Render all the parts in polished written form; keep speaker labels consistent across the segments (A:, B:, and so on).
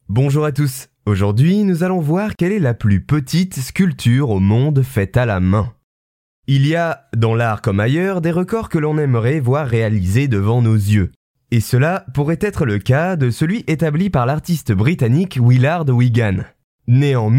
A: Bonjour à tous, aujourd'hui nous allons voir quelle est la plus petite sculpture au monde faite à la main. Il y a, dans l'art comme ailleurs, des records que l'on aimerait voir réalisés devant nos yeux. Et cela pourrait être le cas de celui établi par l'artiste britannique Willard Wigan. Né en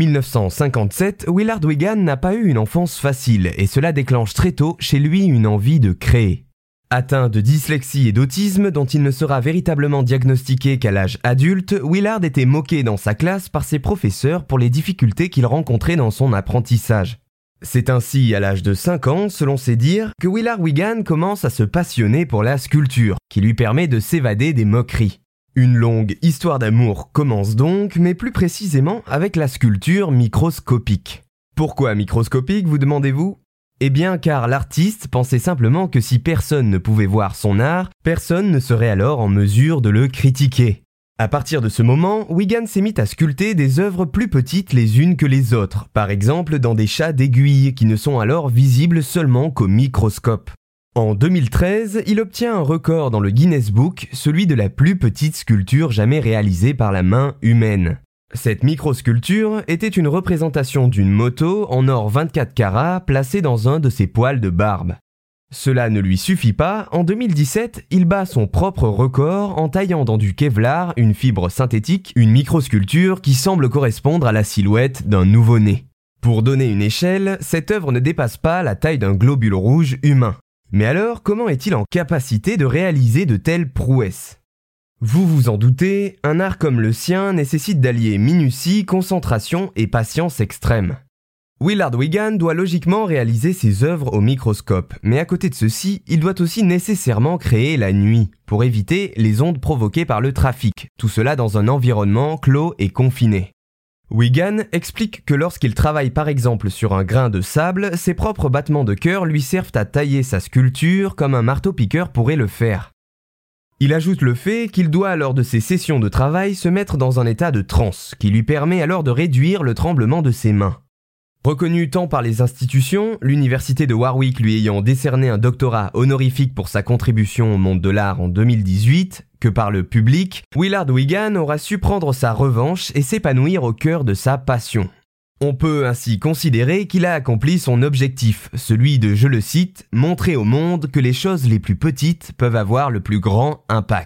A: 1957, Willard Wigan n'a pas eu une enfance facile et cela déclenche très tôt chez lui une envie de créer. Atteint de dyslexie et d'autisme dont il ne sera véritablement diagnostiqué qu'à l'âge adulte, Willard était moqué dans sa classe par ses professeurs pour les difficultés qu'il rencontrait dans son apprentissage. C'est ainsi à l'âge de 5 ans, selon ses dires, que Willard Wigan commence à se passionner pour la sculpture, qui lui permet de s'évader des moqueries. Une longue histoire d'amour commence donc, mais plus précisément avec la sculpture microscopique. Pourquoi microscopique, vous demandez-vous ? Eh bien car l'artiste pensait simplement que si personne ne pouvait voir son art, personne ne serait alors en mesure de le critiquer. À partir de ce moment, Wigan s'est mis à sculpter des œuvres plus petites les unes que les autres, par exemple dans des chats d'aiguille qui ne sont alors visibles seulement qu'au microscope. En 2013, il obtient un record dans le Guinness Book, celui de la plus petite sculpture jamais réalisée par la main humaine. Cette microsculpture était une représentation d'une moto en or 24 carats placée dans un de ses poils de barbe. Cela ne lui suffit pas, en 2017, il bat son propre record en taillant dans du Kevlar, une fibre synthétique, une microsculpture qui semble correspondre à la silhouette d'un nouveau-né. Pour donner une échelle, cette œuvre ne dépasse pas la taille d'un globule rouge humain. Mais alors, comment est-il en capacité de réaliser de telles prouesses ? Vous vous en doutez, un art comme le sien nécessite d'allier minutie, concentration et patience extrême. Willard Wigan doit logiquement réaliser ses œuvres au microscope, mais à côté de ceci, il doit aussi nécessairement créer la nuit, pour éviter les ondes provoquées par le trafic, tout cela dans un environnement clos et confiné. Wigan explique que lorsqu'il travaille par exemple sur un grain de sable, ses propres battements de cœur lui servent à tailler sa sculpture comme un marteau-piqueur pourrait le faire. Il ajoute le fait qu'il doit lors de ses sessions de travail se mettre dans un état de transe, qui lui permet alors de réduire le tremblement de ses mains. Reconnu tant par les institutions, l'université de Warwick lui ayant décerné un doctorat honorifique pour sa contribution au monde de l'art en 2018, que par le public, Willard Wigan aura su prendre sa revanche et s'épanouir au cœur de sa passion. On peut ainsi considérer qu'il a accompli son objectif, celui de, je le cite, « montrer au monde que les choses les plus petites peuvent avoir le plus grand impact ».